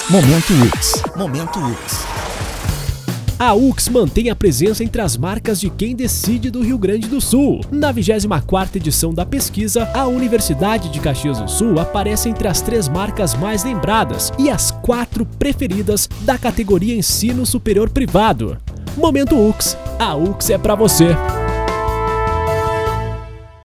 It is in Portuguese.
Momento UX. Momento UX. A UX mantém a presença entre as marcas de quem decide do Rio Grande do Sul. Na 24ª edição da pesquisa, a Universidade de Caxias do Sul aparece entre as 3 marcas mais lembradas e as 4 preferidas da categoria Ensino Superior Privado. Momento UX. A UX é pra você.